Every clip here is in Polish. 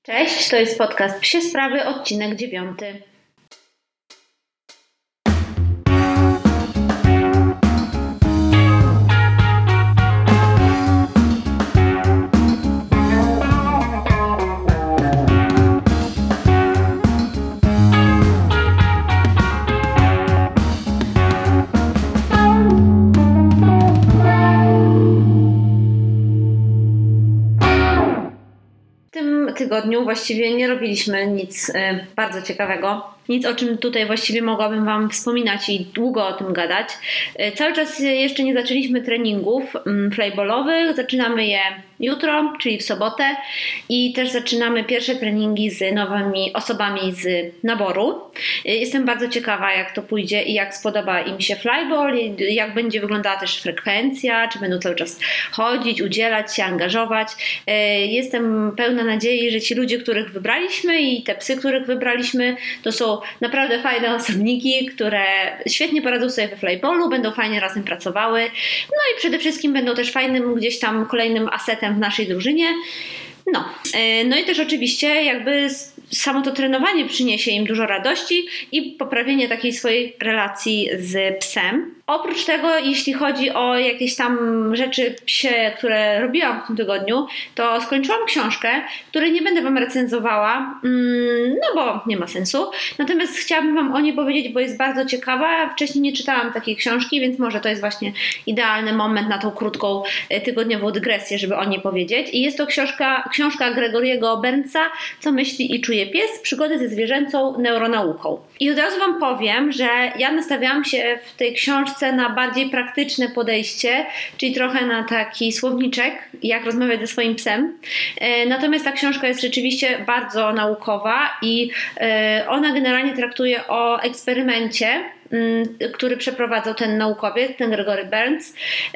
Cześć, to jest podcast Psie Sprawy, odcinek 9. W tym tygodniu właściwie nie robiliśmy nic bardzo ciekawego. Nic, o czym tutaj właściwie mogłabym Wam wspominać i długo o tym gadać. Cały czas jeszcze nie zaczęliśmy treningów flyballowych. Zaczynamy je jutro, czyli w sobotę, i też zaczynamy pierwsze treningi z nowymi osobami z naboru. Jestem bardzo ciekawa, jak to pójdzie i jak spodoba im się flyball, jak będzie wyglądała też frekwencja, czy będą cały czas chodzić, udzielać się, angażować. Jestem pełna nadziei, że ci ludzie, których wybraliśmy, i te psy, których wybraliśmy, to są naprawdę fajne osobniki, które świetnie poradzą sobie we flyballu, będą fajnie razem pracowały, no i przede wszystkim będą też fajnym gdzieś tam kolejnym asetem w naszej drużynie. No i też oczywiście jakby samo to trenowanie przyniesie im dużo radości i poprawienie takiej swojej relacji z psem. Oprócz tego, jeśli chodzi o jakieś tam rzeczy psie, które robiłam w tym tygodniu, to skończyłam książkę, której nie będę Wam recenzowała, no bo nie ma sensu. Natomiast chciałabym Wam o niej powiedzieć, bo jest bardzo ciekawa. Wcześniej nie czytałam takiej książki, więc może to jest właśnie idealny moment na tą krótką tygodniową dygresję, żeby o niej powiedzieć. I jest to książka Gregoriego Berntsa, Co myśli i czuje pies? Przygody ze zwierzęcą neuronauką. I od razu Wam powiem, że ja nastawiałam się w tej książce na bardziej praktyczne podejście, czyli trochę na taki słowniczek, jak rozmawiać ze swoim psem. Natomiast ta książka jest rzeczywiście bardzo naukowa i ona generalnie traktuje o eksperymencie, który przeprowadzał ten naukowiec, ten Gregory Berntz,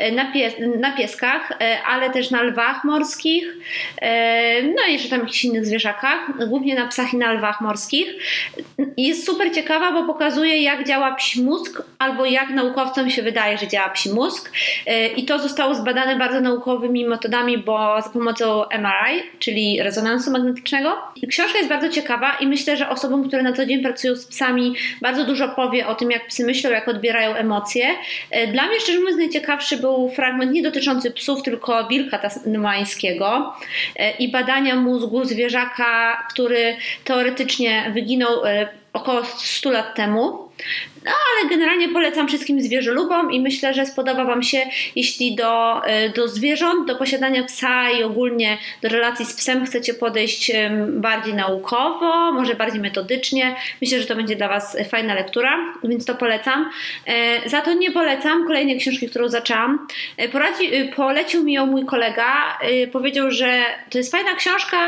na pieskach, ale też na lwach morskich, no i jeszcze tam jakichś innych zwierzakach, głównie na psach i na lwach morskich. Jest super ciekawa, bo pokazuje, jak działa psi mózg, albo jak naukowcom się wydaje, że działa psi mózg, i to zostało zbadane bardzo naukowymi metodami, bo za pomocą MRI, czyli rezonansu magnetycznego. Książka jest bardzo ciekawa i myślę, że osobom, które na co dzień pracują z psami, bardzo dużo powie o tym, jak psy myślą, jak odbierają emocje. Dla mnie, szczerze mówiąc, najciekawszy był fragment nie dotyczący psów, tylko wilka tasmańskiego i badania mózgu zwierzaka, który teoretycznie wyginął około 100 lat temu. No ale generalnie polecam wszystkim zwierzolubom i myślę, że spodoba Wam się, jeśli do zwierząt, do posiadania psa i ogólnie do relacji z psem chcecie podejść bardziej naukowo, może bardziej metodycznie. Myślę, że to będzie dla Was fajna lektura, więc to polecam. Za to nie polecam kolejnej książki, którą zaczęłam. Polecił mi ją mój kolega, powiedział, że to jest fajna książka,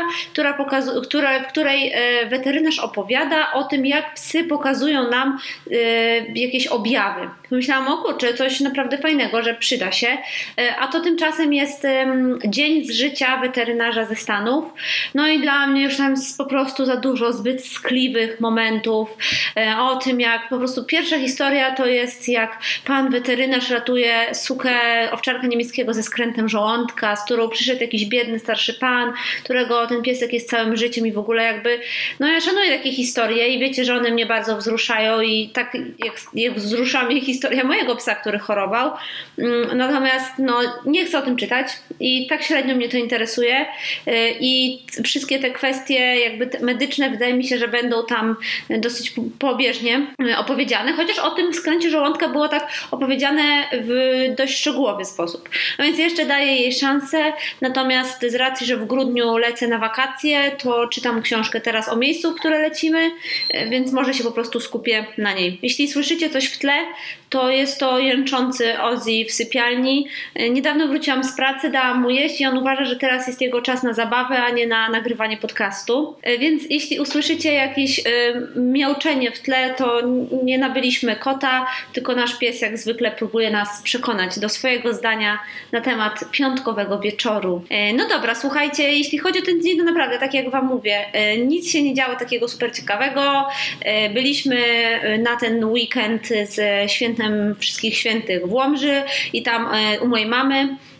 w której weterynarz opowiada o tym, jak psy pokazują nam jakieś objawy. Pomyślałam, o kurczę, coś naprawdę fajnego, że przyda się. A to tymczasem jest dzień z życia weterynarza ze Stanów. No i dla mnie już tam jest po prostu za dużo zbyt skliwych momentów o tym, jak po prostu pierwsza historia to jest, jak pan weterynarz ratuje sukę owczarka niemieckiego ze skrętem żołądka, z którą przyszedł jakiś biedny starszy pan, którego ten piesek jest całym życiem i w ogóle jakby, no ja szanuję takie historie i wiecie, że one mnie bardzo wzruszają i tak jak wzrusza mnie historia mojego psa, który chorował. Natomiast nie chcę o tym czytać i tak średnio mnie to interesuje i wszystkie te kwestie jakby medyczne wydaje mi się, że będą tam dosyć pobieżnie opowiedziane, chociaż o tym skręcie żołądka było tak opowiedziane w dość szczegółowy sposób. No więc jeszcze daję jej szansę, natomiast z racji, że w grudniu lecę na wakacje, to czytam książkę teraz o miejscu, w które lecimy, więc może się po prostu skupię na niej. Jeśli słyszycie coś w tle, to jest to jęczący Ozzy w sypialni. Niedawno wróciłam z pracy, dałam mu jeść i on uważa, że teraz jest jego czas na zabawę, a nie na nagrywanie podcastu. Więc jeśli usłyszycie jakieś miauczenie w tle, to nie nabyliśmy kota, tylko nasz pies jak zwykle próbuje nas przekonać do swojego zdania na temat piątkowego wieczoru. No dobra, słuchajcie, jeśli chodzi o ten dzień, to naprawdę, tak jak Wam mówię, nic się nie działo takiego super ciekawego. Byliśmy na ten weekend z świętem Wszystkich Świętych w Łomży i tam u mojej mamy.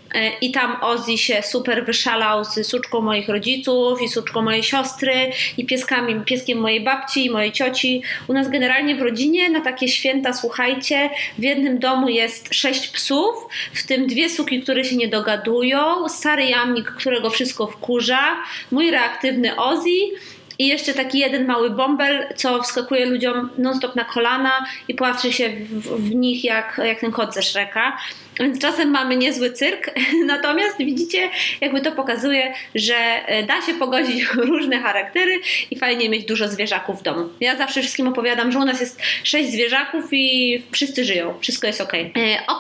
i tam Ozzy się super wyszalał z suczką moich rodziców i suczką mojej siostry i pieskiem mojej babci i mojej cioci. U nas generalnie w rodzinie na takie święta, słuchajcie, w jednym domu jest 6 psów, w tym 2 suki, które się nie dogadują, stary jamnik, którego wszystko wkurza, mój reaktywny Ozzy i jeszcze taki jeden mały bąbel, co wskakuje ludziom non-stop na kolana i płaszczy się w nich jak ten kot ze Shreka. Więc czasem mamy niezły cyrk, natomiast widzicie, jakby to pokazuje, że da się pogodzić różne charaktery i fajnie mieć dużo zwierzaków w domu. Ja zawsze wszystkim opowiadam, że u nas jest 6 zwierzaków i wszyscy żyją, wszystko jest okej.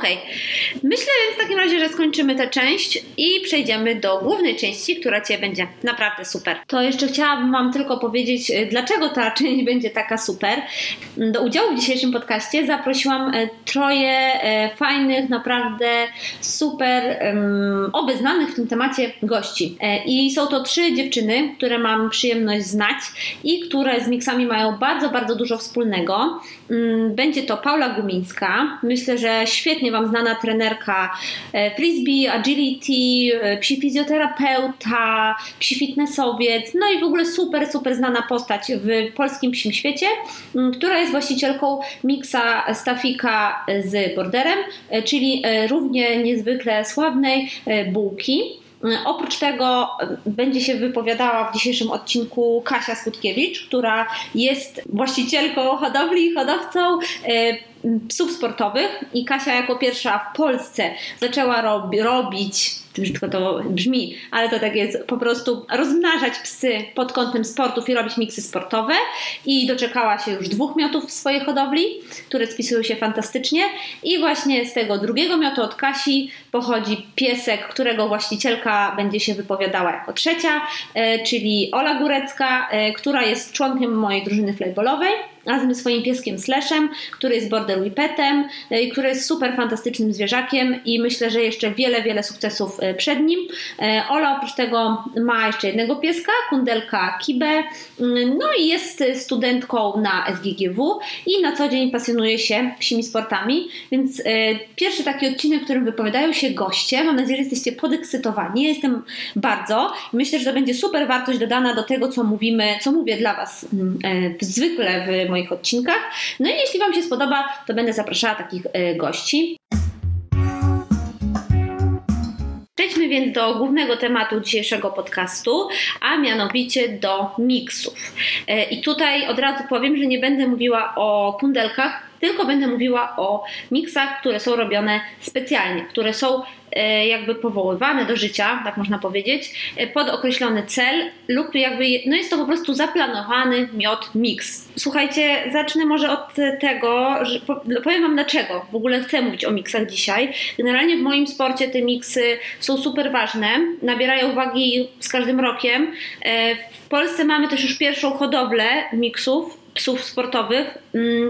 Myślę więc w takim razie, że skończymy tę część i przejdziemy do głównej części, która Cię będzie naprawdę super. To jeszcze chciałabym Wam tylko powiedzieć, dlaczego ta część będzie taka super. Do udziału w dzisiejszym podcaście zaprosiłam 3 fajnych, naprawdę super obeznanych w tym temacie gości. I są to 3 dziewczyny, które mam przyjemność znać i które z miksami mają bardzo, bardzo dużo wspólnego. Będzie to Paula Gumińska, myślę, że świetnie Wam znana trenerka frisbee, agility, psi fizjoterapeuta, psi fitnessowiec, no i w ogóle super, super znana postać w polskim psim świecie, która jest właścicielką miksa Stafika z Borderem, czyli równie niezwykle sławnej bułki. Oprócz tego będzie się wypowiadała w dzisiejszym odcinku Kasia Skutkiewicz, która jest właścicielką hodowli i hodowcą psów sportowych i Kasia jako pierwsza w Polsce zaczęła robić, brzydko to brzmi, ale to tak jest, po prostu rozmnażać psy pod kątem sportów i robić miksy sportowe i doczekała się już 2 miotów w swojej hodowli, które spisują się fantastycznie i właśnie z tego drugiego miotu od Kasi pochodzi piesek, którego właścicielka będzie się wypowiadała jako trzecia, czyli Ola Górecka, która jest członkiem mojej drużyny flybalowej razem ze swoim pieskiem Slashem, który jest border whippetem i który jest super fantastycznym zwierzakiem i myślę, że jeszcze wiele, wiele sukcesów przed nim. Ola oprócz tego ma jeszcze jednego pieska, kundelka Kibę, no i jest studentką na SGGW i na co dzień pasjonuje się psimi sportami, więc pierwszy taki odcinek, w którym wypowiadają się goście. Mam nadzieję, że jesteście podekscytowani. Ja jestem bardzo. Myślę, że to będzie super wartość dodana do tego, co mówię dla Was zwykle w moich odcinkach. No i jeśli Wam się spodoba, to będę zapraszała takich gości. Przejdźmy więc do głównego tematu dzisiejszego podcastu, a mianowicie do miksów. I tutaj od razu powiem, że nie będę mówiła o kundelkach, tylko będę mówiła o miksach, które są robione specjalnie, które są jakby powoływane do życia, tak można powiedzieć, pod określony cel lub jakby, no jest to po prostu zaplanowany miod miks. Słuchajcie, zacznę może od tego, że powiem Wam dlaczego w ogóle chcę mówić o miksach dzisiaj. Generalnie w moim sporcie te miksy są super ważne, nabierają wagi z każdym rokiem. W Polsce mamy też już pierwszą hodowlę miksów, psów sportowych.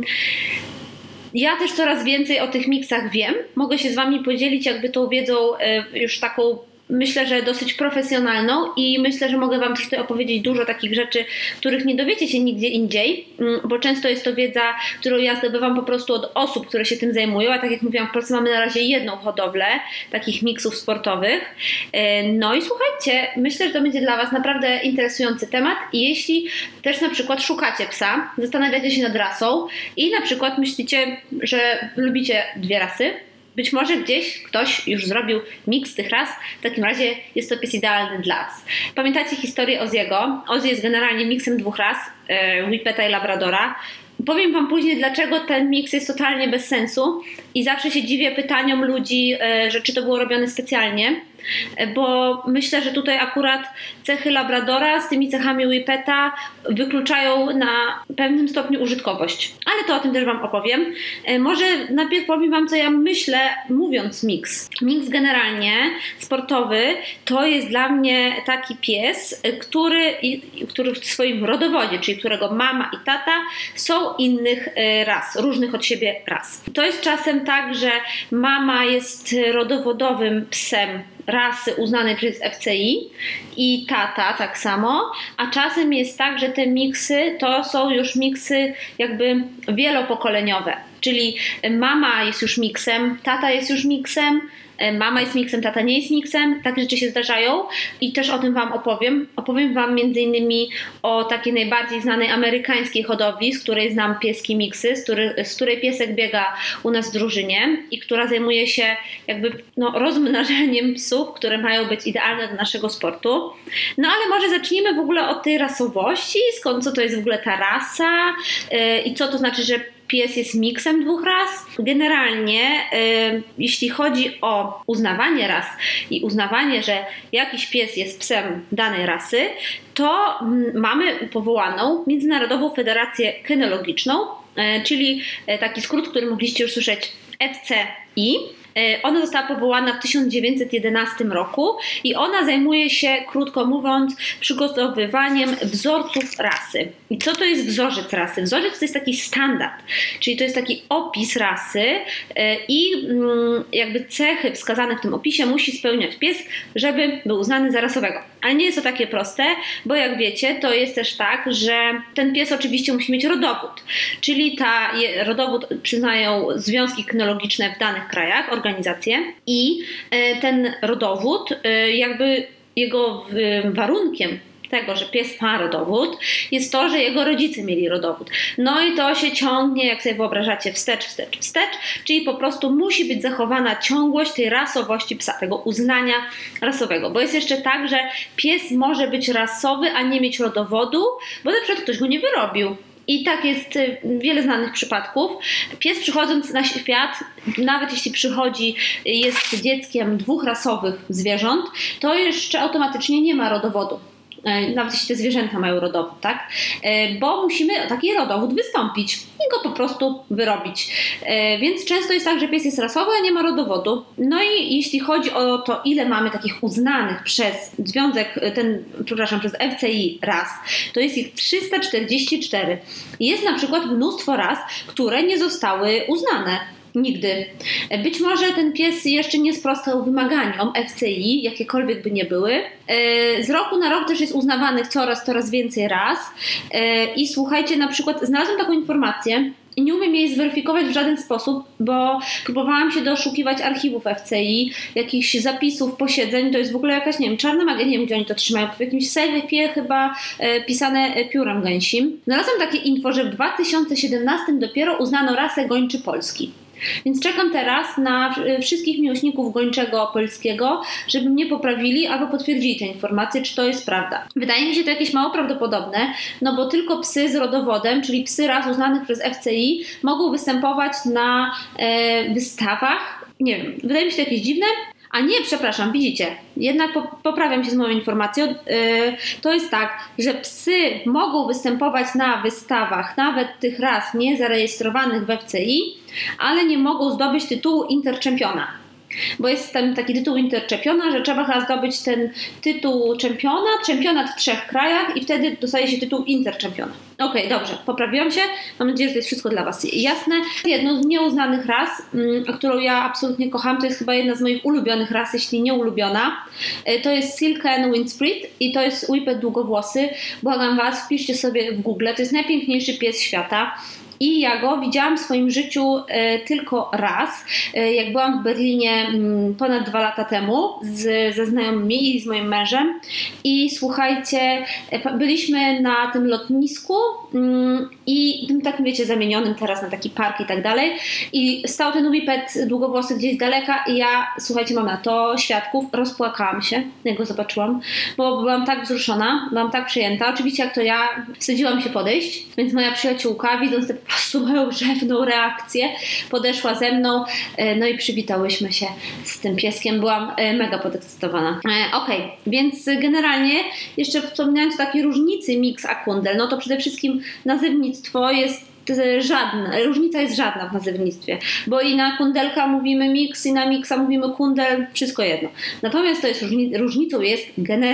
Ja też coraz więcej o tych miksach wiem. Mogę się z Wami podzielić jakby tą wiedzą już taką, myślę, że dosyć profesjonalną i myślę, że mogę Wam też tutaj opowiedzieć dużo takich rzeczy, których nie dowiecie się nigdzie indziej, bo często jest to wiedza, którą ja zdobywam po prostu od osób, które się tym zajmują, a tak jak mówiłam, w Polsce mamy na razie jedną hodowlę takich miksów sportowych. No i słuchajcie, myślę, że to będzie dla Was naprawdę interesujący temat i jeśli też na przykład szukacie psa, zastanawiacie się nad rasą i na przykład myślicie, że lubicie 2 rasy, być może gdzieś ktoś już zrobił miks tych ras, w takim razie jest to pies idealny dla Was. Pamiętacie historię Ozzy'ego? Ozzy jest generalnie miksem 2 ras, Whippeta i Labradora. Powiem Wam później, dlaczego ten miks jest totalnie bez sensu i zawsze się dziwię pytaniom ludzi, że czy to było robione specjalnie, bo myślę, że tutaj akurat cechy Labradora z tymi cechami Whippeta wykluczają na pewnym stopniu użytkowość, ale to o tym też Wam opowiem. Może najpierw powiem Wam, co ja myślę, mówiąc miks. Miks generalnie sportowy to jest dla mnie taki pies, który w swoim rodowodzie, czyli którego mama i tata są innych ras, różnych od siebie ras. To jest czasem tak, że mama jest rodowodowym psem rasy uznanej przez FCI i tata tak samo, a czasem jest tak, że te miksy to są już miksy jakby wielopokoleniowe, czyli mama jest już miksem, tata jest już miksem, mama jest miksem, tata nie jest miksem, takie rzeczy się zdarzają i też o tym Wam opowiem. Opowiem Wam m.in. o takiej najbardziej znanej amerykańskiej hodowli, z której znam pieski miksy, z której piesek biega u nas w drużynie i która zajmuje się jakby rozmnażaniem psów, które mają być idealne do naszego sportu. No ale może zacznijmy w ogóle od tej rasowości, co to jest w ogóle ta rasa i co to znaczy, że pies jest miksem dwóch ras. Generalnie jeśli chodzi o uznawanie ras i uznawanie, że jakiś pies jest psem danej rasy, to mamy powołaną Międzynarodową Federację Kynologiczną, czyli taki skrót, który mogliście już słyszeć, FCI. Ona została powołana w 1911 roku i ona zajmuje się, krótko mówiąc, przygotowywaniem wzorców rasy. I co to jest wzorzec rasy? Wzorzec to jest taki standard, czyli to jest taki opis rasy i jakby cechy wskazane w tym opisie musi spełniać pies, żeby był uznany za rasowego. Ale nie jest to takie proste, bo jak wiecie, to jest też tak, że ten pies oczywiście musi mieć rodowód, czyli rodowód przyznają związki kynologiczne w danych krajach, organizacje i ten rodowód jakby jego warunkiem tego, że pies ma rodowód, jest to, że jego rodzice mieli rodowód. No i to się ciągnie, jak sobie wyobrażacie, wstecz, czyli po prostu musi być zachowana ciągłość tej rasowości psa, tego uznania rasowego. Bo jest jeszcze tak, że pies może być rasowy, a nie mieć rodowodu, bo na przykład ktoś go nie wyrobił. I tak jest wiele znanych przypadków. Pies przychodząc na świat, nawet jeśli jest dzieckiem dwóch rasowych zwierząt, to jeszcze automatycznie nie ma rodowodu. Nawet jeśli te zwierzęta mają rodowód, tak? Bo musimy taki rodowód wystąpić i go po prostu wyrobić. Więc często jest tak, że pies jest rasowy, a nie ma rodowodu. No i jeśli chodzi o to, ile mamy takich uznanych przez przez FCI ras, to jest ich 344. Jest na przykład mnóstwo ras, które nie zostały uznane. Nigdy. Być może ten pies jeszcze nie sprostał wymaganiom FCI, jakiekolwiek by nie były. Z roku na rok też jest uznawanych coraz więcej ras. I słuchajcie, na przykład znalazłam taką informację i nie umiem jej zweryfikować w żaden sposób, bo próbowałam się doszukiwać archiwów FCI, jakichś zapisów, posiedzeń. To jest w ogóle jakaś, nie wiem, czarna magia, nie wiem, gdzie oni to trzymają, w jakimś sejfie chyba pisane piórem gęsim. Znalazłam takie info, że w 2017 dopiero uznano rasę gończy polski. Więc czekam teraz na wszystkich miłośników gończego polskiego, żeby mnie poprawili albo potwierdzili tę informację, czy to jest prawda. Wydaje mi się to jakieś mało prawdopodobne, no bo tylko psy z rodowodem, czyli psy ras uznanych przez FCI, mogą występować na wystawach. Nie wiem, wydaje mi się to jakieś dziwne. A nie, przepraszam, widzicie, jednak poprawiam się z moją informacją. To jest tak, że psy mogą występować na wystawach, nawet tych ras niezarejestrowanych w FCI, ale nie mogą zdobyć tytułu interczempiona. Bo jest tam taki tytuł interczempiona, że trzeba zdobyć ten tytuł czempionat w 3 krajach i wtedy dostaje się tytuł interczempiona. Okej, dobrze, poprawiłam się. Mam nadzieję, że to jest wszystko dla Was jasne. Jedną z nieuznanych ras, którą ja absolutnie kocham, to jest chyba jedna z moich ulubionych ras, jeśli nie ulubiona. To jest Silken Windspread i to jest Whippet długowłosy. Błagam Was, wpiszcie sobie w Google. To jest najpiękniejszy pies świata. I ja go widziałam w swoim życiu tylko raz, jak byłam w Berlinie ponad 2 lata temu ze znajomymi i z moim mężem. I słuchajcie, byliśmy na tym lotnisku i tym takim, wiecie, zamienionym teraz na taki park i tak dalej. I stał ten Whippet długowłosy gdzieś z daleka i ja, słuchajcie, mam na to świadków, rozpłakałam się, jak go zobaczyłam, bo byłam tak wzruszona, byłam tak przejęta. Oczywiście jak to ja, wstydziłam się podejść, więc moja przyjaciółka, widząc tę po prostu moją rzewną reakcję, podeszła ze mną, no i przywitałyśmy się z tym pieskiem. Byłam mega podekscytowana. Okej, więc generalnie jeszcze wspomniając o takiej różnicy mix a kundel, no to przede wszystkim nazewnictwo jest żadna, różnica jest żadna w nazewnictwie, bo i na kundelka mówimy mix, i na mixa mówimy kundel, wszystko jedno. Natomiast to jest różnicą jest geneza.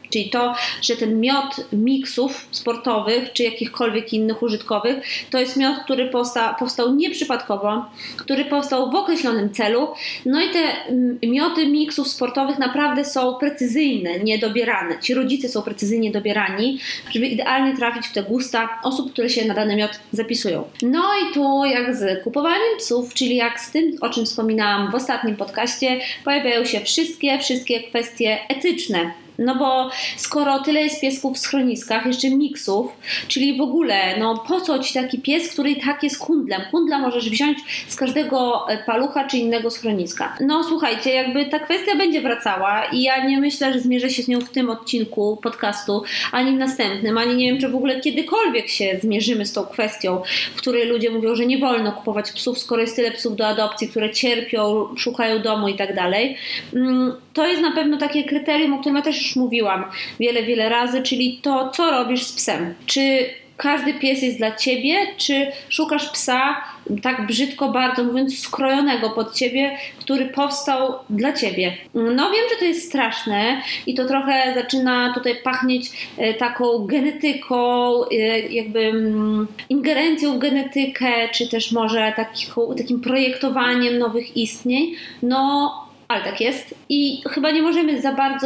Czyli to, że ten miod miksów sportowych czy jakichkolwiek innych użytkowych, to jest miod, który powstał nieprzypadkowo, który powstał w określonym celu. No i te miody miksów sportowych naprawdę są precyzyjne, niedobierane. Ci rodzice są precyzyjnie dobierani, żeby idealnie trafić w te gusta osób, które się na dany miod zapisują. No i tu jak z kupowaniem psów, czyli jak z tym, o czym wspominałam w ostatnim podcaście, pojawiają się wszystkie kwestie etyczne. No bo skoro tyle jest piesków w schroniskach, jeszcze miksów, czyli w ogóle, no po co ci taki pies, który i tak jest kundlem? Kundla możesz wziąć z każdego palucha czy innego schroniska. No słuchajcie, jakby ta kwestia będzie wracała i ja nie myślę, że zmierzę się z nią w tym odcinku podcastu, ani w następnym, ani nie wiem, czy w ogóle kiedykolwiek się zmierzymy z tą kwestią, w której ludzie mówią, że nie wolno kupować psów, skoro jest tyle psów do adopcji, które cierpią, szukają domu i tak dalej. To jest na pewno takie kryterium, o którym ja też już mówiłam wiele razy, czyli to, co robisz z psem. Czy każdy pies jest dla ciebie, czy szukasz psa, tak brzydko bardzo mówiąc, skrojonego pod ciebie, który powstał dla ciebie. No wiem, że to jest straszne i to trochę zaczyna tutaj pachnieć taką genetyką, jakby ingerencją w genetykę, czy też może takim projektowaniem nowych istnień. No ale tak jest i chyba nie możemy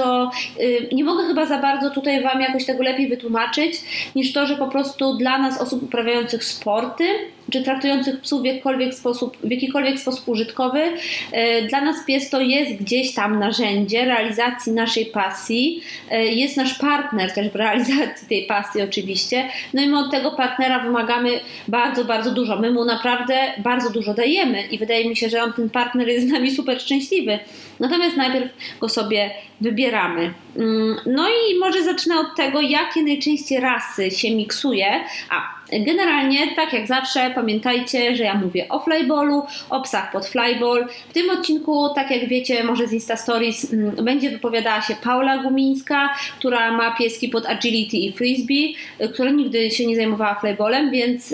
nie mogę chyba za bardzo tutaj wam jakoś tego lepiej wytłumaczyć, niż to, że po prostu dla nas, osób uprawiających sporty, czy traktujących psów w jakikolwiek sposób użytkowy, dla nas pies to jest gdzieś tam narzędzie realizacji naszej pasji, jest nasz partner też w realizacji tej pasji oczywiście, no i my od tego partnera wymagamy bardzo dużo, my mu naprawdę bardzo dużo dajemy i wydaje mi się, że ten partner jest z nami super szczęśliwy, natomiast najpierw go sobie wybieramy. No i może zacznę od tego, jakie najczęściej rasy się miksuje. Generalnie, tak jak zawsze, pamiętajcie, że ja mówię o flyballu, o psach pod flyball. W tym odcinku, tak jak wiecie, może z Insta Stories, będzie wypowiadała się Paula Gumińska, która ma pieski pod agility i frisbee, która nigdy się nie zajmowała flyballem, więc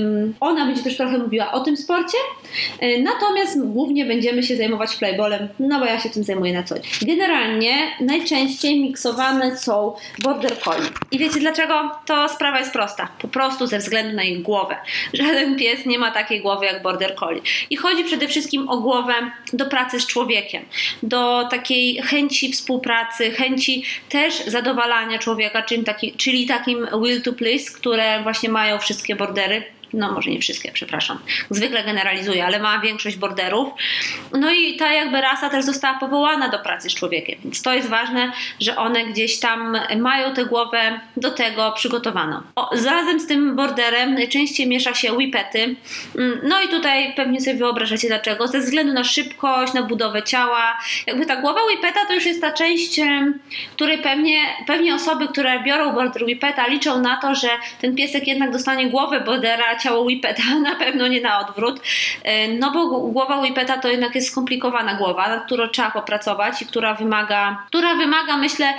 ona będzie też trochę mówiła o tym sporcie. Natomiast głównie będziemy się zajmować flyballem, no bo ja się tym zajmuję na co dzień. Generalnie najczęściej miksowane są border collie. I wiecie dlaczego? To sprawa jest prosta. Po prostu ze względu na ich głowę. Żaden pies nie ma takiej głowy jak border collie. I chodzi przede wszystkim o głowę do pracy z człowiekiem, do takiej chęci współpracy, chęci też zadowalania człowieka, czyli takim will to please, które właśnie mają wszystkie bordery. No może nie wszystkie, przepraszam. Zwykle generalizuję, ale ma większość borderów. No i ta jakby rasa też została powołana do pracy z człowiekiem, więc to jest ważne, że one gdzieś tam mają tę głowę do tego przygotowaną. Razem z tym borderem najczęściej miesza się whippety. No i tutaj pewnie sobie wyobrażacie dlaczego. Ze względu na szybkość, na budowę ciała. Jakby ta głowa whippeta to już jest ta część, której pewnie osoby, które biorą border whippeta, liczą na to, że ten piesek jednak dostanie głowę bordera, ciało whippeta, na pewno nie na odwrót, no bo głowa whippeta to jednak jest skomplikowana głowa, nad którą trzeba popracować i która wymaga myślę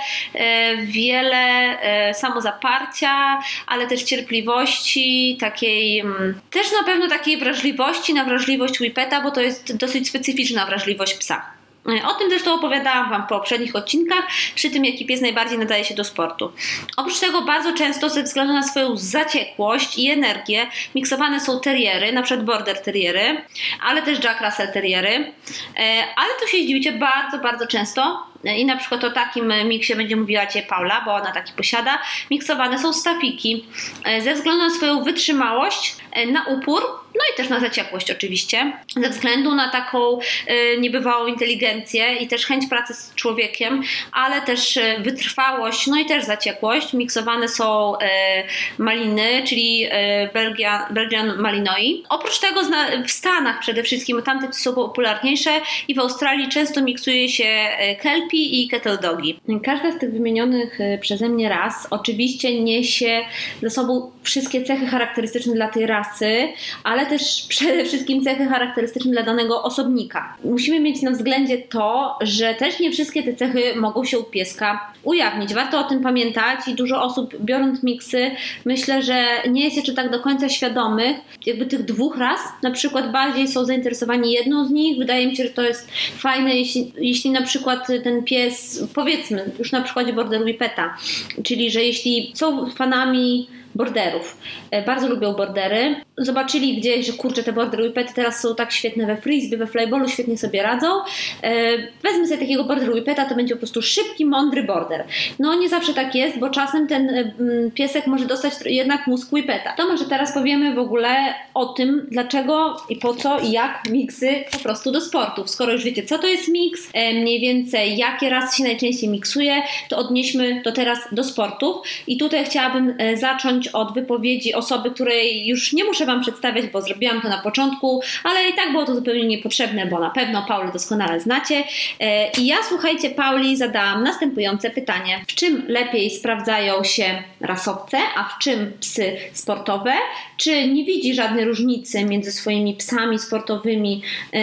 wiele samozaparcia, ale też cierpliwości, takiej też na pewno takiej wrażliwości na wrażliwość whippeta, bo to jest dosyć specyficzna wrażliwość psa. O tym zresztą opowiadałam wam w poprzednich odcinkach, przy tym jaki pies najbardziej nadaje się do sportu. Oprócz tego bardzo często ze względu na swoją zaciekłość i energię miksowane są teriery, na przykład border teriery, ale też Jack Russell teriery, ale tu się zdziwicie bardzo często i na przykład o takim miksie będzie mówiła Cię Paula, bo ona taki posiada, miksowane są stafiki ze względu na swoją wytrzymałość, na upór, no i też na zaciekłość oczywiście, ze względu na taką niebywałą inteligencję i też chęć pracy z człowiekiem, ale też wytrwałość, no i też zaciekłość. Miksowane są maliny, czyli Belgian Malinois. Oprócz tego w Stanach przede wszystkim, tamte są popularniejsze i w Australii często miksuje się Kelpie i Kettle Dogi. Każda z tych wymienionych przeze mnie ras oczywiście niesie ze sobą wszystkie cechy charakterystyczne dla tej rasy, ale też przede wszystkim cechy charakterystyczne dla danego osobnika. Musimy mieć na względzie to, że też nie wszystkie te cechy mogą się u pieska ujawnić. Warto o tym pamiętać i dużo osób, biorąc miksy, myślę, że nie jest jeszcze tak do końca świadomych jakby tych dwóch ras. Na przykład bardziej są zainteresowani jedną z nich. Wydaje mi się, że to jest fajne, jeśli na przykład ten ten pies, powiedzmy już na przykładzie borderu Whippeta, czyli że jeśli są fanami borderów, bardzo lubią bordery, zobaczyli gdzieś, że kurczę, te border Whippety teraz są tak świetne we frisbee, we flyballu, świetnie sobie radzą, wezmę sobie takiego border Whippeta, to będzie po prostu szybki, mądry border. No nie zawsze tak jest, bo czasem ten piesek może dostać jednak mózg Whippeta. To może teraz powiemy w ogóle o tym, dlaczego i po co i jak miksy po prostu do sportów. Skoro już wiecie, co to jest miks, mniej więcej jakie rasy się najczęściej miksuje, to odnieśmy to teraz do sportów i tutaj chciałabym zacząć od wypowiedzi osoby, której już nie muszę Wam przedstawiać, bo zrobiłam to na początku, ale i tak było to zupełnie niepotrzebne, bo na pewno Paulę doskonale znacie. I ja, słuchajcie, Pauli zadałam następujące pytanie. W czym lepiej sprawdzają się rasowce, a w czym psy sportowe? Czy nie widzi żadnej różnicy między swoimi psami sportowymi,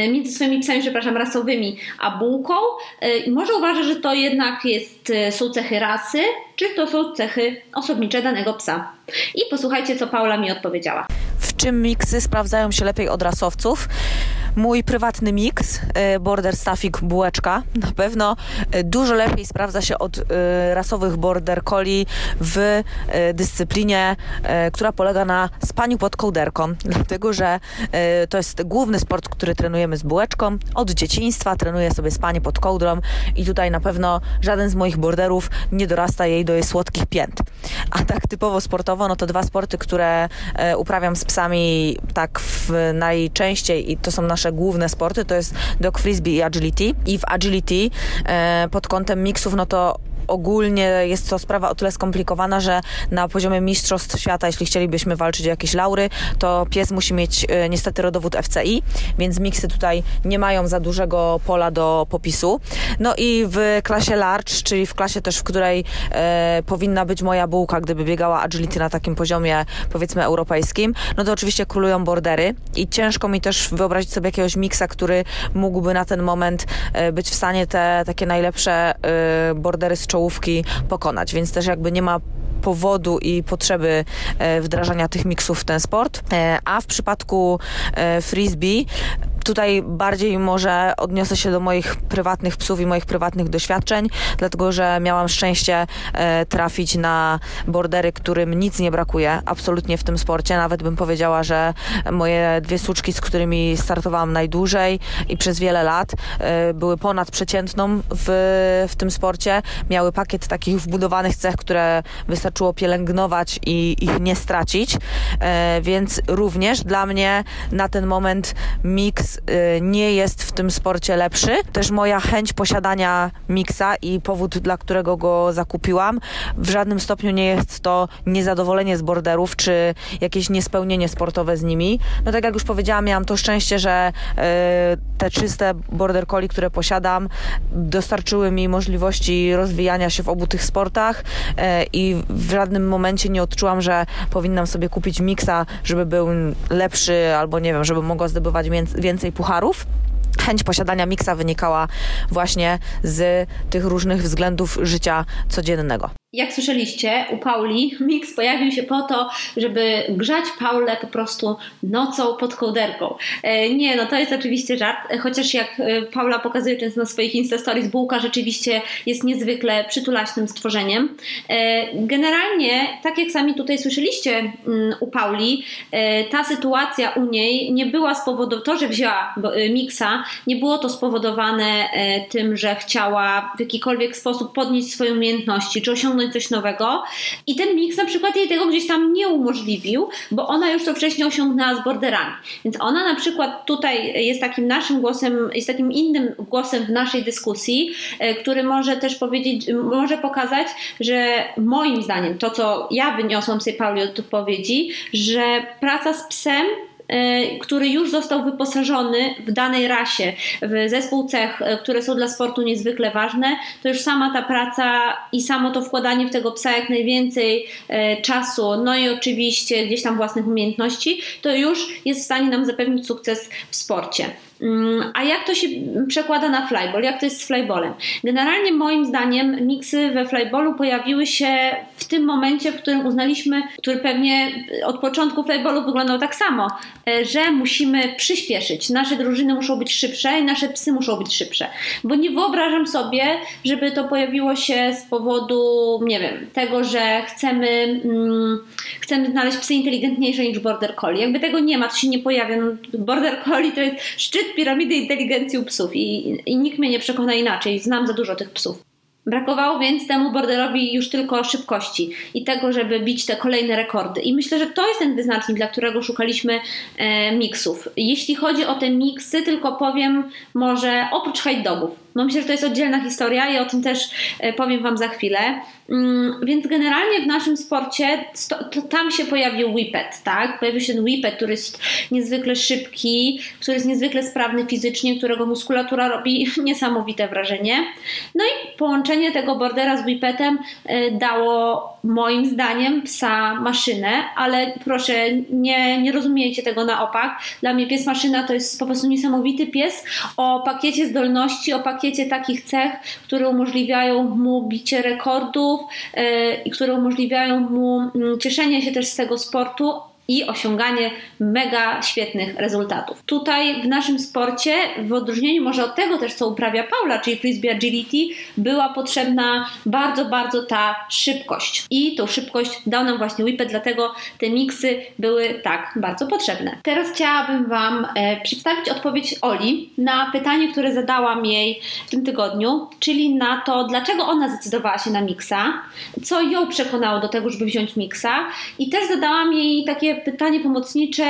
rasowymi, a bułką? Może uważa, że to jednak są cechy rasy, czy to są cechy osobnicze danego psa? I posłuchajcie, co Paula mi odpowiedziała. W czym miksy sprawdzają się lepiej od rasowców? Mój prywatny miks, border staffik bułeczka, na pewno dużo lepiej sprawdza się od rasowych border collie w dyscyplinie, która polega na spaniu pod kołderką, dlatego że to jest główny sport, który trenujemy z bułeczką. Od dzieciństwa trenuję sobie spanie pod kołdrą i tutaj na pewno żaden z moich borderów nie dorasta jej do jej słodkich pięt. A tak typowo sportowo, no to dwa sporty, które uprawiam z psami tak najczęściej i to są nasze główne sporty, to jest dog frisbee i agility. I w agility pod kątem miksów, no to ogólnie jest to sprawa o tyle skomplikowana, że na poziomie mistrzostw świata, jeśli chcielibyśmy walczyć o jakieś laury, to pies musi mieć niestety rodowód FCI, więc miksy tutaj nie mają za dużego pola do popisu. No i w klasie large, czyli w klasie też, w której powinna być moja bułka, gdyby biegała agility na takim poziomie, powiedzmy, europejskim, no to oczywiście królują bordery i ciężko mi też wyobrazić sobie jakiegoś miksa, który mógłby na ten moment być w stanie te takie najlepsze bordery z czołówki pokonać, więc też jakby nie ma powodu i potrzeby wdrażania tych miksów w ten sport. A w przypadku frisbee tutaj bardziej może odniosę się do moich prywatnych psów i moich prywatnych doświadczeń, dlatego że miałam szczęście trafić na bordery, którym nic nie brakuje absolutnie w tym sporcie. Nawet bym powiedziała, że moje dwie suczki, z którymi startowałam najdłużej i przez wiele lat, były ponad przeciętną w tym sporcie. Miały pakiet takich wbudowanych cech, które wystarczyło pielęgnować i ich nie stracić. Więc również dla mnie na ten moment miks nie jest w tym sporcie lepszy. Też moja chęć posiadania miksa i powód, dla którego go zakupiłam, w żadnym stopniu nie jest to niezadowolenie z borderów, czy jakieś niespełnienie sportowe z nimi. No tak jak już powiedziałam, miałam to szczęście, że te czyste border collie, które posiadam, dostarczyły mi możliwości rozwijania się w obu tych sportach i w żadnym momencie nie odczułam, że powinnam sobie kupić miksa, żeby był lepszy albo nie wiem, żeby mogła zdobywać więcej pucharów. Chęć posiadania miksa wynikała właśnie z tych różnych względów życia codziennego. Jak słyszeliście, u Pauli miks pojawił się po to, żeby grzać Paulę po prostu nocą pod kołderką. Nie, no to jest oczywiście żart, chociaż jak Paula pokazuje często na swoich Insta Stories, bułka rzeczywiście jest niezwykle przytulaśnym stworzeniem. Generalnie, tak jak sami tutaj słyszeliście u Pauli, ta sytuacja u niej nie była spowodowana, to, że wzięła miksa, nie było to spowodowane tym, że chciała w jakikolwiek sposób podnieść swoje umiejętności, czy osiągnąć coś nowego i ten miks na przykład jej tego gdzieś tam nie umożliwił, bo ona już to wcześniej osiągnęła z borderami. Więc ona na przykład tutaj jest takim naszym głosem, jest takim innym głosem w naszej dyskusji, który może też powiedzieć, może pokazać, że moim zdaniem to, co ja wyniosłam z tej Pauli od odpowiedzi, że praca z psem, który już został wyposażony w danej rasie, w zespół cech, które są dla sportu niezwykle ważne, to już sama ta praca i samo to wkładanie w tego psa jak najwięcej czasu, no i oczywiście gdzieś tam własnych umiejętności, to już jest w stanie nam zapewnić sukces w sporcie. A jak to się przekłada na flyball? Jak to jest z flyballem? Generalnie moim zdaniem miksy we flyballu pojawiły się w tym momencie, w którym uznaliśmy, który pewnie od początku flyballu wyglądał tak samo, że musimy przyspieszyć. Nasze drużyny muszą być szybsze i nasze psy muszą być szybsze. Bo nie wyobrażam sobie, żeby to pojawiło się z powodu, nie wiem, tego, że chcemy znaleźć psy inteligentniejsze niż border collie. Jakby tego nie ma, to się nie pojawia. Border collie to jest szczyt piramidy inteligencji u psów i nikt mnie nie przekona inaczej. Znam za dużo tych psów. Brakowało więc temu borderowi już tylko szybkości i tego, żeby bić te kolejne rekordy. I myślę, że to jest ten wyznacznik, dla którego szukaliśmy miksów. Jeśli chodzi o te miksy, tylko powiem może oprócz height dogów. No myślę, że to jest oddzielna historia i o tym też powiem Wam za chwilę. Więc generalnie w naszym sporcie to tam się pojawił whippet, tak? Pojawił się ten whippet, który jest niezwykle szybki, który jest niezwykle sprawny fizycznie, którego muskulatura robi niesamowite wrażenie. No i połączenie tego bordera z whippetem dało moim zdaniem psa maszynę, ale proszę, nie rozumiejcie tego na opak. Dla mnie pies maszyna to jest po prostu niesamowity pies o pakiecie zdolności, o pakiecie takich cech, które umożliwiają mu bicie rekordów i które umożliwiają mu cieszenie się też z tego sportu i osiąganie mega świetnych rezultatów. Tutaj w naszym sporcie, w odróżnieniu może od tego też, co uprawia Paula, czyli Frisbee Agility, była potrzebna bardzo, bardzo ta szybkość. I tą szybkość dał nam właśnie whippet, dlatego te miksy były tak bardzo potrzebne. Teraz chciałabym Wam przedstawić odpowiedź Oli na pytanie, które zadałam jej w tym tygodniu, czyli na to, dlaczego ona zdecydowała się na miksa, co ją przekonało do tego, żeby wziąć miksa, i też zadałam jej takie pytanie pomocnicze,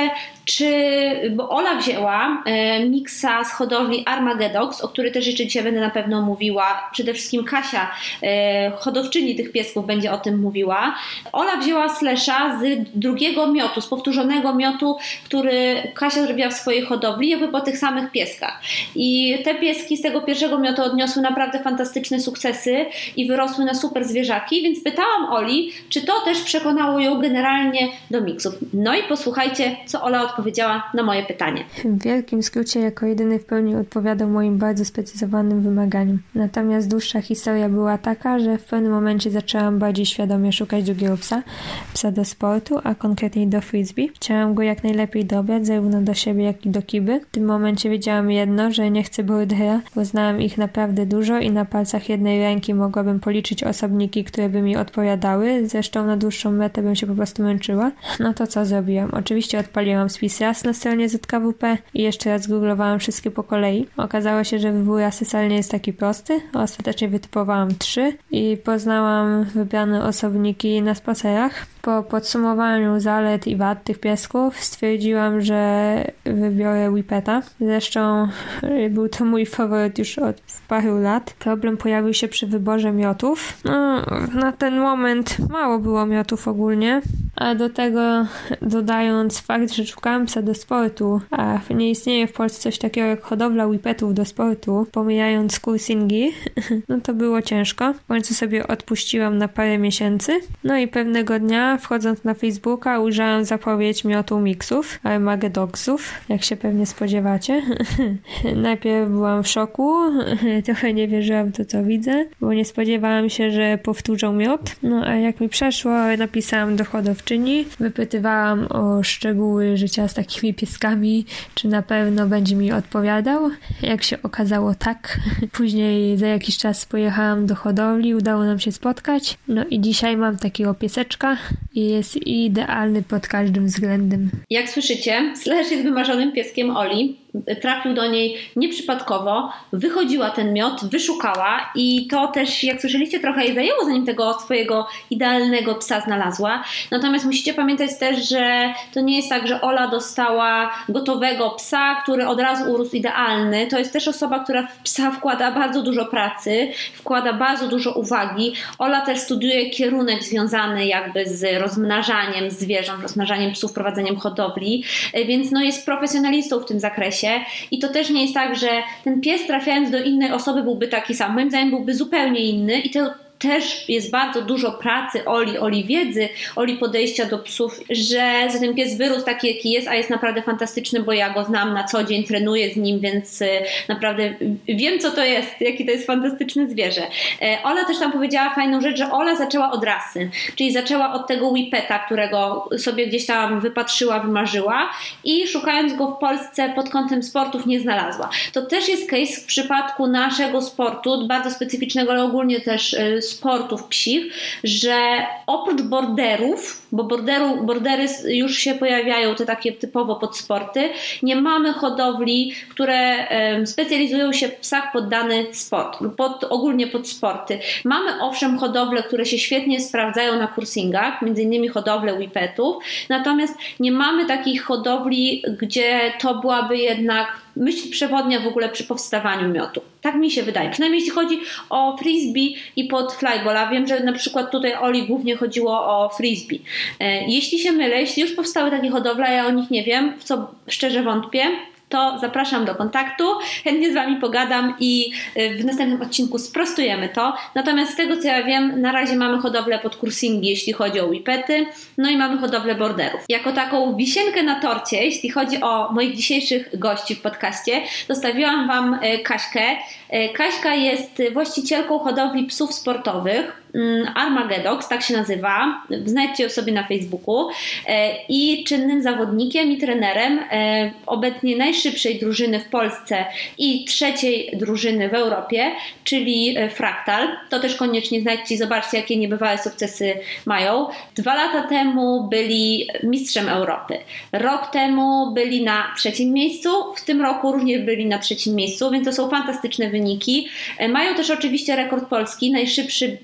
bo Ola wzięła miksa z hodowli Armagedox, o której też jeszcze dzisiaj będę na pewno mówiła. Przede wszystkim Kasia, hodowczyni tych piesków, będzie o tym mówiła. Ola wzięła Slasha z drugiego miotu, z powtórzonego miotu, który Kasia zrobiła w swojej hodowli, jakby po tych samych pieskach. I te pieski z tego pierwszego miotu odniosły naprawdę fantastyczne sukcesy i wyrosły na super zwierzaki, więc pytałam Oli, czy to też przekonało ją generalnie do miksów. No i posłuchajcie, co Ola odpowiedziała na moje pytanie. W wielkim skrócie jako jedyny w pełni odpowiadał moim bardzo sprecyzowanym wymaganiom. Natomiast dłuższa historia była taka, że w pewnym momencie zaczęłam bardziej świadomie szukać drugiego psa do sportu, a konkretniej do frisbee. Chciałam go jak najlepiej dobrać, zarówno do siebie, jak i do Kiby. W tym momencie wiedziałam jedno, że nie chcę bordera, bo znałam ich naprawdę dużo i na palcach jednej ręki mogłabym policzyć osobniki, które by mi odpowiadały. Zresztą na dłuższą metę bym się po prostu męczyła. No to co zrobiłam? Oczywiście odpaliłam spis ras na stronie ZKWP i jeszcze raz googlowałam wszystkie po kolei. Okazało się, że wybór rasy wcale nie jest taki prosty. Ostatecznie wytypowałam 3 i poznałam wybrane osobniki na spacerach. Po podsumowaniu zalet i wad tych piesków stwierdziłam, że wybiorę whippeta. Zresztą był to mój faworyt już od paru lat. Problem pojawił się przy wyborze miotów. No, na ten moment mało było miotów ogólnie, a do tego dodając fakt, że szukałam psa do sportu, a nie istnieje w Polsce coś takiego jak hodowla whippetów do sportu, pomijając kursingi, no to było ciężko. W końcu sobie odpuściłam na parę miesięcy. No i pewnego dnia, wchodząc na Facebooka, ujrzałam zapowiedź miotu miksów, Armagedoxów, jak się pewnie spodziewacie. Najpierw byłam w szoku, trochę nie wierzyłam w to, co widzę, bo nie spodziewałam się, że powtórzą miot. No a jak mi przeszło, napisałam do hodowczyni, wypytywałam o szczegóły życia z takimi pieskami, czy na pewno będzie mi odpowiadał. Jak się okazało, tak. Później za jakiś czas pojechałam do hodowli, udało nam się spotkać. No i dzisiaj mam takiego pieseczka i jest idealny pod każdym względem. Jak słyszycie, Slash jest wymarzonym pieskiem Oli. Trafił do niej nieprzypadkowo, wychodziła ten miot, wyszukała i to też, jak słyszeliście, trochę jej zajęło, zanim tego swojego idealnego psa znalazła. Natomiast musicie pamiętać też, że to nie jest tak, że Ola dostała gotowego psa, który od razu urósł idealny. To jest też osoba, która w psa wkłada bardzo dużo pracy, wkłada bardzo dużo uwagi. Ola też studiuje kierunek związany jakby z rozmnażaniem zwierząt, rozmnażaniem psów, prowadzeniem hodowli, więc no jest profesjonalistą w tym zakresie. I to też nie jest tak, że ten pies trafiając do innej osoby byłby taki sam. Moim zdaniem byłby zupełnie inny i też jest bardzo dużo pracy Oli wiedzy, Oli podejścia do psów, że ten pies wyrósł taki, jaki jest, a jest naprawdę fantastyczny, bo ja go znam na co dzień, trenuję z nim, więc naprawdę wiem, co to jest, jakie to jest fantastyczne zwierzę. Ola też tam powiedziała fajną rzecz, że Ola zaczęła od rasy, czyli zaczęła od tego Whippeta, którego sobie gdzieś tam wypatrzyła, wymarzyła i szukając go w Polsce pod kątem sportów nie znalazła. To też jest case w przypadku naszego sportu, bardzo specyficznego, ale ogólnie też sportów psich, że oprócz borderów, bo bordery już się pojawiają, te takie typowo pod sporty, nie mamy hodowli, które specjalizują się w psach pod dany sport, ogólnie pod sporty. Mamy owszem hodowle, które się świetnie sprawdzają na kursingach, między innymi hodowle Whippetów, natomiast nie mamy takich hodowli, gdzie to byłaby jednak myśl przewodnia w ogóle przy powstawaniu miotu. Tak mi się wydaje. Przynajmniej jeśli chodzi o frisbee i pod flyballa. Wiem, że na przykład tutaj Oli głównie chodziło o frisbee. Jeśli się mylę, jeśli już powstały takie hodowle, ja o nich nie wiem, w co szczerze wątpię, to zapraszam do kontaktu, chętnie z Wami pogadam i w następnym odcinku sprostujemy to. Natomiast z tego co ja wiem, na razie mamy hodowlę pod kursingi, jeśli chodzi o Whippety, no i mamy hodowlę borderów. Jako taką wisienkę na torcie, jeśli chodzi o moich dzisiejszych gości w podcaście, zostawiłam Wam Kaśkę. Kaśka jest właścicielką hodowli psów sportowych, Armagedox, tak się nazywa, znajdźcie ją sobie na Facebooku, i czynnym zawodnikiem i trenerem obecnie najszybszej drużyny w Polsce i trzeciej drużyny w Europie, czyli Fractal. To też koniecznie znajdźcie i zobaczcie, jakie niebywałe sukcesy mają. 2 lata temu byli mistrzem Europy. Rok temu byli na 3. miejscu, w tym roku również byli na 3. miejscu, więc to są fantastyczne wyniki. Mają też oczywiście rekord polski, najszybszy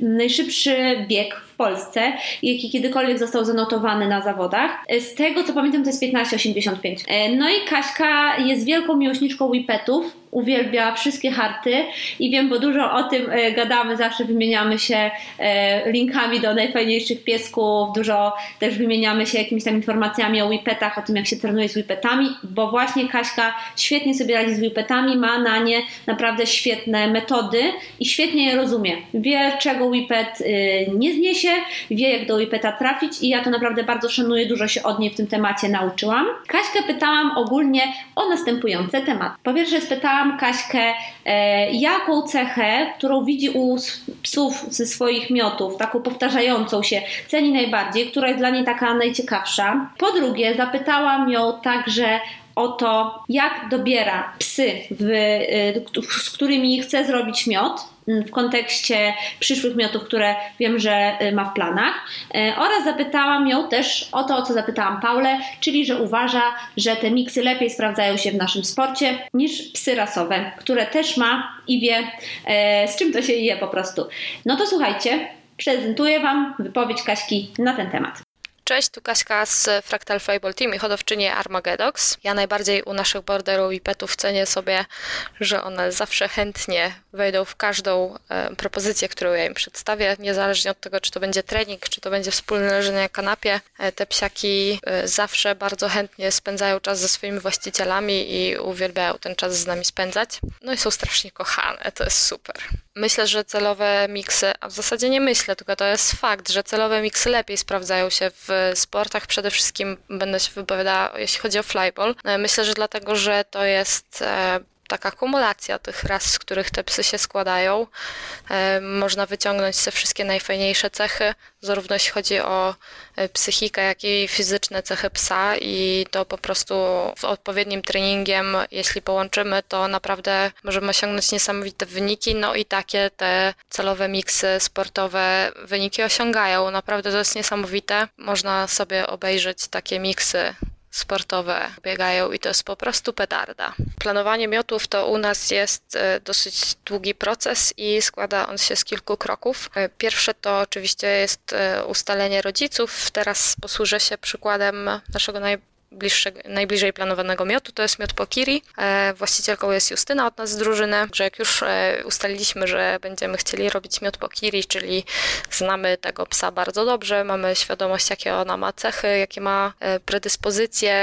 bieg w Polsce, jaki kiedykolwiek został zanotowany na zawodach. Z tego co pamiętam, to jest 15,85. No i Kaśka jest wielką miłośniczką Whippetów, uwielbia wszystkie harty i wiem, bo dużo o tym gadamy, zawsze wymieniamy się linkami do najfajniejszych piesków, dużo też wymieniamy się jakimiś tam informacjami o Whippetach, o tym jak się trenuje z Whippetami, bo właśnie Kaśka świetnie sobie radzi z Whippetami, ma na nie naprawdę świetne metody i świetnie je rozumie. Wie, czego Whippet nie zniesie, wie, jak do Whippeta trafić i ja to naprawdę bardzo szanuję, dużo się od niej w tym temacie nauczyłam. Kaśkę pytałam ogólnie o następujące tematy. Po pierwsze spytałam Kaśkę, jaką cechę, którą widzi u psów ze swoich miotów, taką powtarzającą się, ceni najbardziej, która jest dla niej taka najciekawsza. Po drugie, zapytałam ją także o to, jak dobiera psy, z którymi chce zrobić miot, w kontekście przyszłych miotów, które wiem, że ma w planach, oraz zapytałam ją też o to, o co zapytałam Paulę, czyli że uważa, że te miksy lepiej sprawdzają się w naszym sporcie niż psy rasowe, które też ma i wie, z czym to się je po prostu. No to słuchajcie, prezentuję Wam wypowiedź Kaśki na ten temat. Cześć, tu Kaśka z Fractal Flyball Team i hodowczyni Armagedox. Ja najbardziej u naszych borderów i petów cenię sobie, że one zawsze chętnie wejdą w każdą propozycję, którą ja im przedstawię, niezależnie od tego, czy to będzie trening, czy to będzie wspólne leżenie na kanapie. Te psiaki zawsze bardzo chętnie spędzają czas ze swoimi właścicielami i uwielbiają ten czas z nami spędzać. No i są strasznie kochane, to jest super. Myślę, że celowe miksy, a w zasadzie nie myślę, tylko to jest fakt, że celowe miksy lepiej sprawdzają się w sportach. Przede wszystkim będę się wypowiadała, jeśli chodzi o flyball. Myślę, że dlatego, że to jest taka kumulacja tych ras, z których te psy się składają. Można wyciągnąć te wszystkie najfajniejsze cechy, zarówno jeśli chodzi o psychikę, jak i fizyczne cechy psa i to po prostu z odpowiednim treningiem, jeśli połączymy, to naprawdę możemy osiągnąć niesamowite wyniki, no i takie te celowe miksy sportowe wyniki osiągają. Naprawdę to jest niesamowite. Można sobie obejrzeć takie miksy sportowe biegają i to jest po prostu petarda. Planowanie miotów to u nas jest dosyć długi proces i składa on się z kilku kroków. Pierwsze to oczywiście jest ustalenie rodziców. Teraz posłużę się przykładem naszego najbliżej planowanego miotu, to jest miot Pokiri. Właścicielką jest Justyna od nas z drużyny, że jak już ustaliliśmy, że będziemy chcieli robić miot Pokiri, czyli znamy tego psa bardzo dobrze, mamy świadomość, jakie ona ma cechy, jakie ma predyspozycje,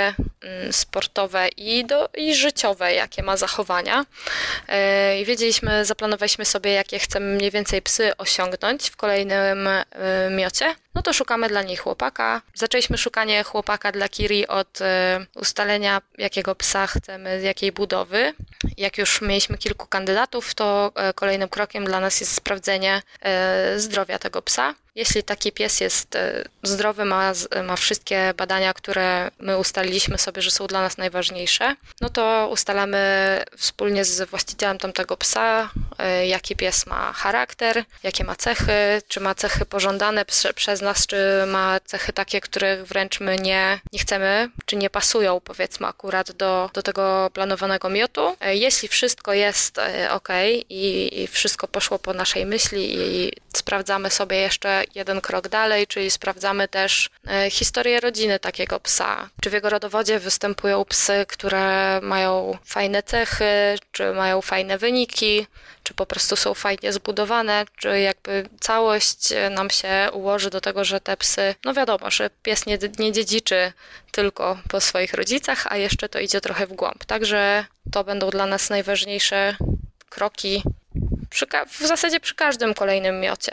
sportowe i życiowe, jakie ma zachowania. I zaplanowaliśmy sobie, jakie chcemy mniej więcej psy osiągnąć w kolejnym miocie. No to szukamy dla niej chłopaka. Zaczęliśmy szukanie chłopaka dla Kiri od ustalenia, jakiego psa chcemy, z jakiej budowy. Jak już mieliśmy kilku kandydatów, to kolejnym krokiem dla nas jest sprawdzenie zdrowia tego psa. Jeśli taki pies jest zdrowy, ma wszystkie badania, które my ustaliliśmy sobie, że są dla nas najważniejsze, no to ustalamy wspólnie z właścicielem tamtego psa, jaki pies ma charakter, jakie ma cechy, czy ma cechy pożądane przez nas, czy ma cechy takie, których wręcz my nie chcemy, czy nie pasują, powiedzmy, akurat do tego planowanego miotu. Jeśli wszystko jest ok i wszystko poszło po naszej myśli i sprawdzamy sobie jeszcze jeden krok dalej, czyli sprawdzamy też historię rodziny takiego psa. Czy w jego rodowodzie występują psy, które mają fajne cechy, czy mają fajne wyniki, czy po prostu są fajnie zbudowane, czy jakby całość nam się ułoży do tego, że te psy, no wiadomo, że pies nie dziedziczy tylko po swoich rodzicach, a jeszcze to idzie trochę w głąb. Także to będą dla nas najważniejsze kroki w zasadzie przy każdym kolejnym miocie.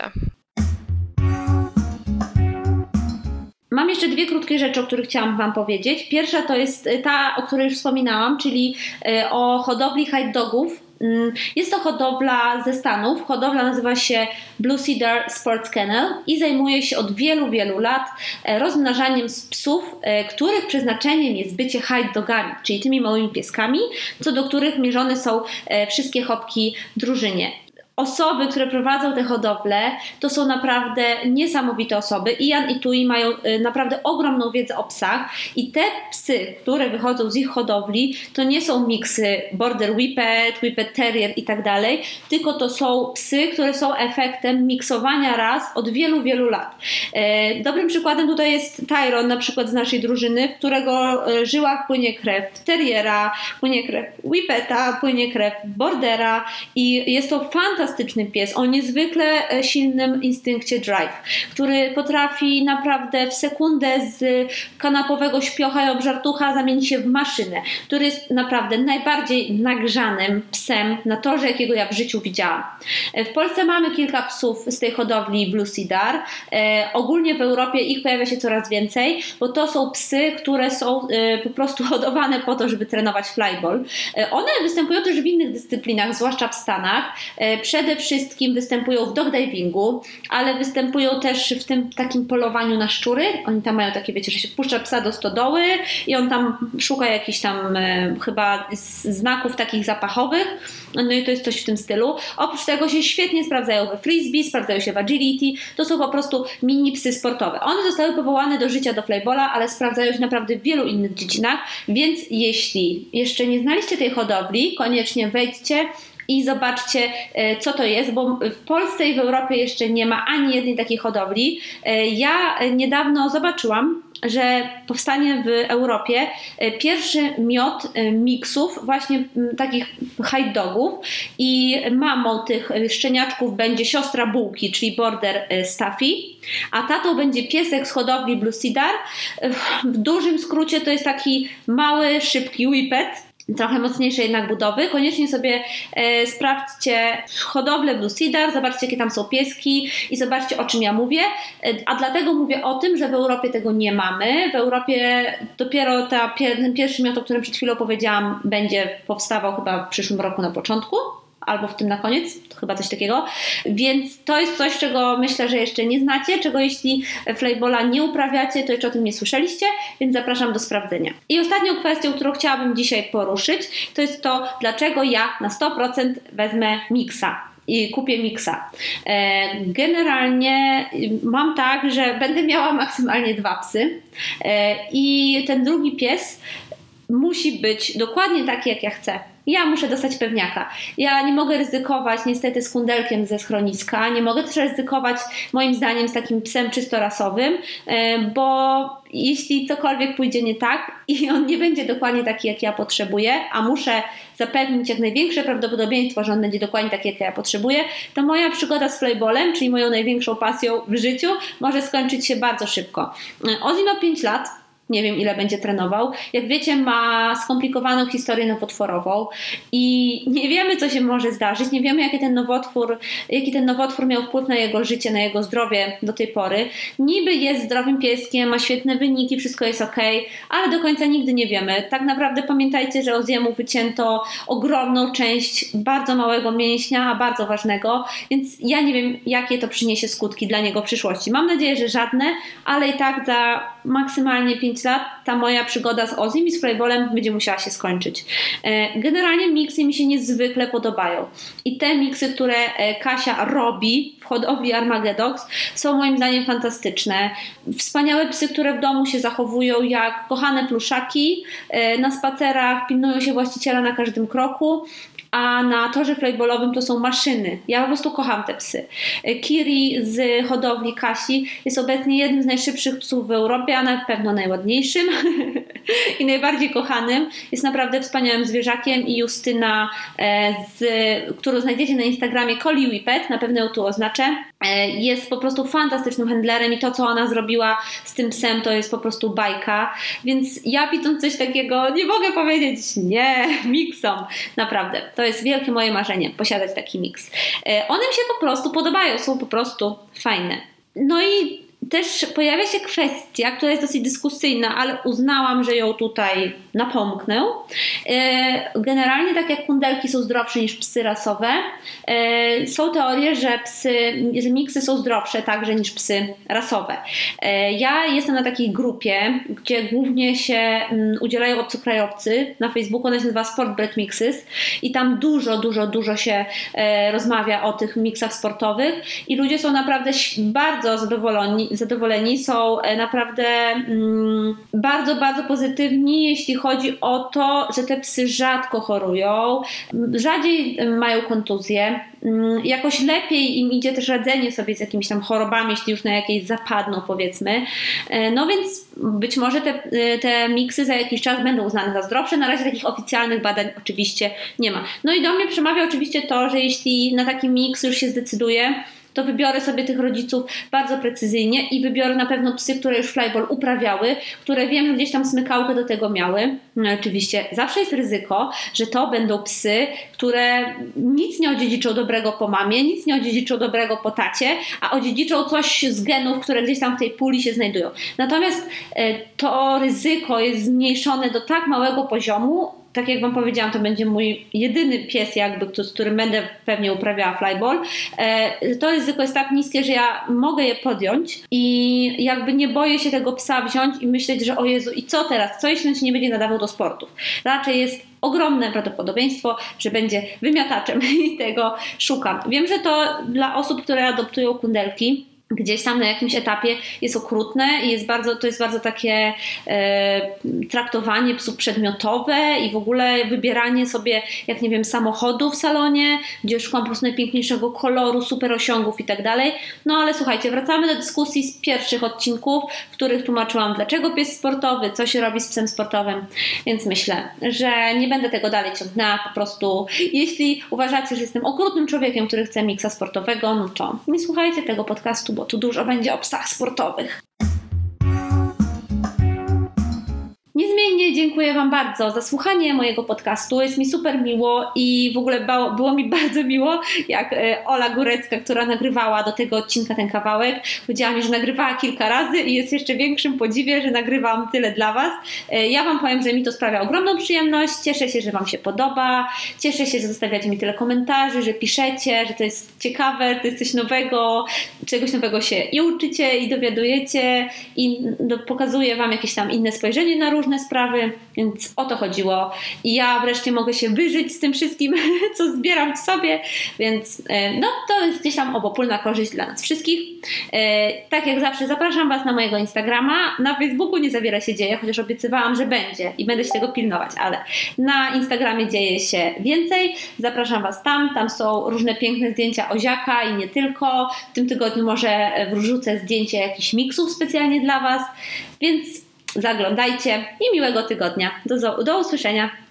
Mam jeszcze 2 krótkie rzeczy, o których chciałam Wam powiedzieć. Pierwsza to jest ta, o której już wspominałam, czyli o hodowli hide dogów. Jest to hodowla ze Stanów. Hodowla nazywa się Blue Cedar Sports Kennel i zajmuje się od wielu, wielu lat rozmnażaniem psów, których przeznaczeniem jest bycie hide dogami, czyli tymi małymi pieskami, co do których mierzone są wszystkie chopki drużynie. Osoby, które prowadzą te hodowle, to są naprawdę niesamowite osoby. Ian i Tui mają naprawdę ogromną wiedzę o psach i te psy, które wychodzą z ich hodowli, to nie są miksy Border Whippet, Whippet Terrier i tak dalej, tylko to są psy, które są efektem miksowania ras od wielu, wielu lat. Dobrym przykładem tutaj jest Tyron, na przykład z naszej drużyny, w którego żyłach płynie krew Terriera, płynie krew Whippeta, płynie krew Bordera i jest to fantastyczny pies o niezwykle silnym instynkcie drive, który potrafi naprawdę w sekundę z kanapowego śpiocha i obżartucha zamienić się w maszynę, który jest naprawdę najbardziej nagrzanym psem na torze, jakiego ja w życiu widziałam. W Polsce mamy kilka psów z tej hodowli Blue Cedar. Ogólnie w Europie ich pojawia się coraz więcej, bo to są psy, które są po prostu hodowane po to, żeby trenować flyball. One występują też w innych dyscyplinach, zwłaszcza w Stanach. Przede wszystkim występują w dogdivingu, ale występują też w tym takim polowaniu na szczury. Oni tam mają takie, wiecie, że się wpuszcza psa do stodoły i on tam szuka jakichś tam chyba znaków takich zapachowych. No i to jest coś w tym stylu. Oprócz tego się świetnie sprawdzają we frisbee, sprawdzają się w agility. To są po prostu mini psy sportowe. One zostały powołane do życia do flybola, ale sprawdzają się naprawdę w wielu innych dziedzinach, więc jeśli jeszcze nie znaliście tej hodowli, koniecznie wejdźcie i zobaczcie, co to jest, bo w Polsce i w Europie jeszcze nie ma ani jednej takiej hodowli. Ja niedawno zobaczyłam, że powstanie w Europie pierwszy miot miksów, właśnie takich hide dogów i mamą tych szczeniaczków będzie siostra bułki, czyli Border Staffy, a tatą będzie piesek z hodowli Blue Cedar. W dużym skrócie to jest taki mały, szybki whippet, trochę mocniejszej jednak budowy. Koniecznie sobie sprawdźcie hodowlę Blue Cedar, zobaczcie, jakie tam są pieski i zobaczcie, o czym ja mówię. A dlatego mówię o tym, że w Europie tego nie mamy. W Europie dopiero ten pierwszy miot, o którym przed chwilą powiedziałam, będzie powstawał chyba w przyszłym roku na początku, albo w tym na koniec, to chyba coś takiego. Więc to jest coś, czego myślę, że jeszcze nie znacie, czego jeśli flybola nie uprawiacie, to jeszcze o tym nie słyszeliście, więc zapraszam do sprawdzenia. I ostatnią kwestią, którą chciałabym dzisiaj poruszyć, to jest to, dlaczego ja na 100% wezmę miksa i kupię miksa. Generalnie mam tak, że będę miała maksymalnie 2 psy i ten drugi pies musi być dokładnie taki, jak ja chcę. Ja muszę dostać pewniaka. Ja nie mogę ryzykować niestety z kundelkiem ze schroniska, nie mogę też ryzykować moim zdaniem z takim psem czysto rasowym, bo jeśli cokolwiek pójdzie nie tak i on nie będzie dokładnie taki, jak ja potrzebuję, a muszę zapewnić jak największe prawdopodobieństwo, że on będzie dokładnie taki, jak ja potrzebuję, to moja przygoda z flybolem, czyli moją największą pasją w życiu, może skończyć się bardzo szybko. Ozzy ma 5 lat. Nie wiem, ile będzie trenował. Jak wiecie, ma skomplikowaną historię nowotworową i nie wiemy, co się może zdarzyć. Nie wiemy, jaki ten nowotwór miał wpływ na jego życie, na jego zdrowie do tej pory. Niby jest zdrowym pieskiem, ma świetne wyniki, wszystko jest okej, ale do końca nigdy nie wiemy. Tak naprawdę pamiętajcie, że Oziemu wycięto ogromną część bardzo małego mięśnia, bardzo ważnego, więc ja nie wiem, jakie to przyniesie skutki dla niego w przyszłości. Mam nadzieję, że żadne, ale i tak za maksymalnie 5 lat ta moja przygoda z Ozim i z Flybolem będzie musiała się skończyć. Generalnie miksy mi się niezwykle podobają i te miksy, które Kasia robi w hodowli Armageddon, są moim zdaniem fantastyczne. Wspaniałe psy, które w domu się zachowują jak kochane pluszaki, na spacerach pilnują się właściciela na każdym kroku, a na torze flybolowym to są maszyny. Ja po prostu kocham te psy. Kiri z hodowli Kasi jest obecnie jednym z najszybszych psów w Europie, a na pewno najładniejszym i najbardziej kochanym. Jest naprawdę wspaniałym zwierzakiem i Justyna, którą znajdziecie na Instagramie Collie Whippet, na pewno ją tu oznaczę, jest po prostu fantastycznym handlerem i to, co ona zrobiła z tym psem, to jest po prostu bajka. Więc ja widząc coś takiego nie mogę powiedzieć nie miksom. Naprawdę. To jest wielkie moje marzenie, posiadać taki miks. One mi się po prostu podobają, są po prostu fajne. No i też pojawia się kwestia, która jest dosyć dyskusyjna, ale uznałam, że ją tutaj napomknę. Generalnie tak jak kundelki są zdrowsze niż psy rasowe, są teorie, że miksy są zdrowsze także niż psy rasowe. Ja jestem na takiej grupie, gdzie głównie się udzielają obcokrajowcy. Na Facebooku ona się nazywa Sportbred Mixes i tam dużo się rozmawia o tych miksach sportowych i ludzie są naprawdę bardzo zadowoleni, są naprawdę bardzo pozytywni, jeśli chodzi o to, że te psy rzadko chorują, rzadziej mają kontuzje, jakoś lepiej im idzie też radzenie sobie z jakimiś tam chorobami, jeśli już na jakieś zapadną, powiedzmy. No więc być może te miksy za jakiś czas będą uznane za zdrowsze. Na razie takich oficjalnych badań oczywiście nie ma. No i do mnie przemawia oczywiście to, że jeśli na taki miks już się zdecyduję, to wybiorę sobie tych rodziców bardzo precyzyjnie i wybiorę na pewno psy, które już flyball uprawiały, które wiem, że gdzieś tam smykałkę do tego miały. No oczywiście zawsze jest ryzyko, że to będą psy, które nic nie odziedziczą dobrego po mamie, nic nie odziedziczą dobrego po tacie, a odziedziczą coś z genów, które gdzieś tam w tej puli się znajdują. Natomiast to ryzyko jest zmniejszone do tak małego poziomu, tak jak wam powiedziałam, to będzie mój jedyny pies jakby, z którym będę pewnie uprawiała flyball. To ryzyko jest tak niskie, że ja mogę je podjąć i jakby nie boję się tego psa wziąć i myśleć, że o Jezu, i co teraz? Co jeśli on się nie będzie nadawał do sportów? Raczej jest ogromne prawdopodobieństwo, że będzie wymiataczem i tego szukam. Wiem, że to dla osób, które adoptują kundelki, gdzieś tam na jakimś etapie jest okrutne i to jest bardzo takie traktowanie psów przedmiotowe i w ogóle wybieranie sobie, jak nie wiem, samochodu w salonie, gdzie szukam po prostu najpiękniejszego koloru, super osiągów i tak dalej. No ale słuchajcie, wracamy do dyskusji z pierwszych odcinków, w których tłumaczyłam, dlaczego pies sportowy, co się robi z psem sportowym, więc myślę, że nie będę tego dalej ciągnęła, po prostu jeśli uważacie, że jestem okrutnym człowiekiem, który chce miksa sportowego, no to nie słuchajcie tego podcastu, bo tu dużo będzie o psach sportowych. Niezmiennie dziękuję wam bardzo za słuchanie mojego podcastu. Jest mi super miło i w ogóle było mi bardzo miło, jak Ola Górecka, która nagrywała do tego odcinka ten kawałek, powiedziała mi, że nagrywała kilka razy i jest jeszcze większym podziwie, że nagrywam tyle dla was. Ja wam powiem, że mi to sprawia ogromną przyjemność. Cieszę się, że wam się podoba. Cieszę się, że zostawiacie mi tyle komentarzy, że piszecie, że to jest ciekawe, to jest coś nowego, czegoś nowego się i uczycie i dowiadujecie i pokazuję wam jakieś tam inne spojrzenie na różne sprawy, więc o to chodziło i ja wreszcie mogę się wyżyć z tym wszystkim, co zbieram w sobie, więc no to jest gdzieś tam obopólna korzyść dla nas wszystkich. Tak jak zawsze zapraszam was na mojego Instagrama. Na Facebooku nie za wiele się dzieje, chociaż obiecywałam, że będzie i będę się tego pilnować, ale na Instagramie dzieje się więcej. Zapraszam was tam są różne piękne zdjęcia Oziaka i nie tylko. W tym tygodniu może wrzucę zdjęcie jakichś miksów specjalnie dla was, więc zaglądajcie i miłego tygodnia. Do usłyszenia.